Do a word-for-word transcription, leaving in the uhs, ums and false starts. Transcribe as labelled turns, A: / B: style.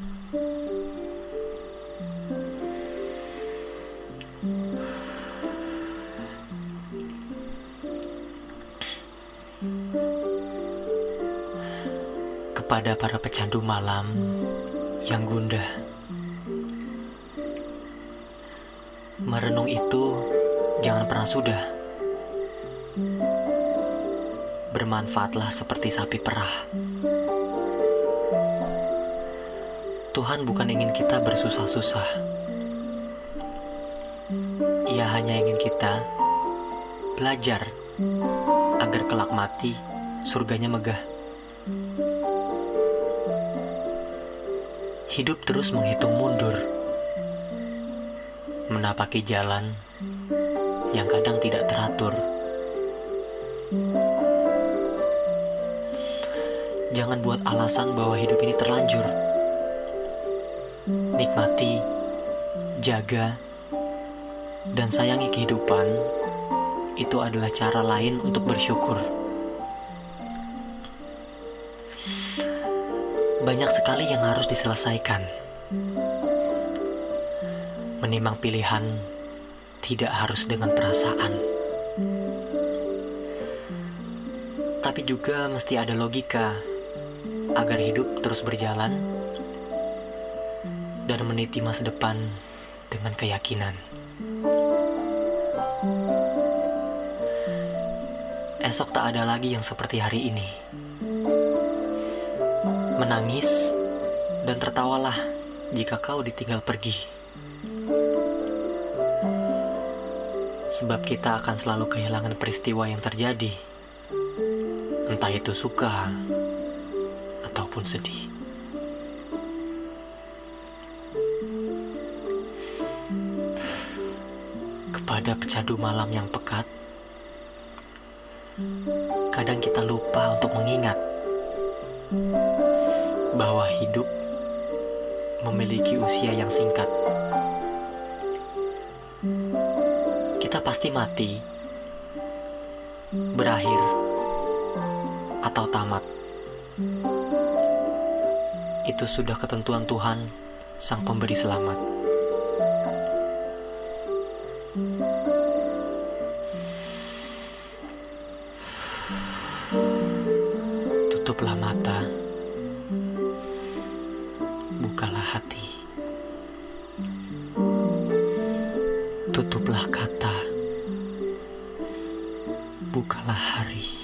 A: Kepada para pecandu malam yang gundah, merenung itu jangan pernah sudah. Bermanfaatlah seperti sapi perah. Tuhan bukan ingin kita bersusah-susah. Ia hanya ingin kita belajar agar kelak mati surganya megah. Hidup terus menghitung mundur, menapaki jalan yang kadang tidak teratur. Jangan buat alasan bahwa hidup ini terlanjur. Nikmati, jaga, dan sayangi kehidupan. Itu adalah cara lain untuk bersyukur. Banyak sekali yang harus diselesaikan. Menimang pilihan tidak harus dengan perasaan, tapi juga mesti ada logika agar hidup terus berjalan dan meniti masa depan dengan keyakinan. Esok tak ada lagi yang seperti hari ini. Menangis dan tertawalah jika kau ditinggal pergi. Sebab kita akan selalu kehilangan peristiwa yang terjadi, entah itu suka ataupun sedih. Kepada pecandu malam yang pekat, kadang kita lupa untuk mengingat bahwa hidup memiliki usia yang singkat. Kita pasti mati, berakhir, atau tamat. Itu sudah ketentuan Tuhan, Sang Pemberi Selamat. Tutuplah mata, bukalah hati. Tutuplah kata, bukalah hari.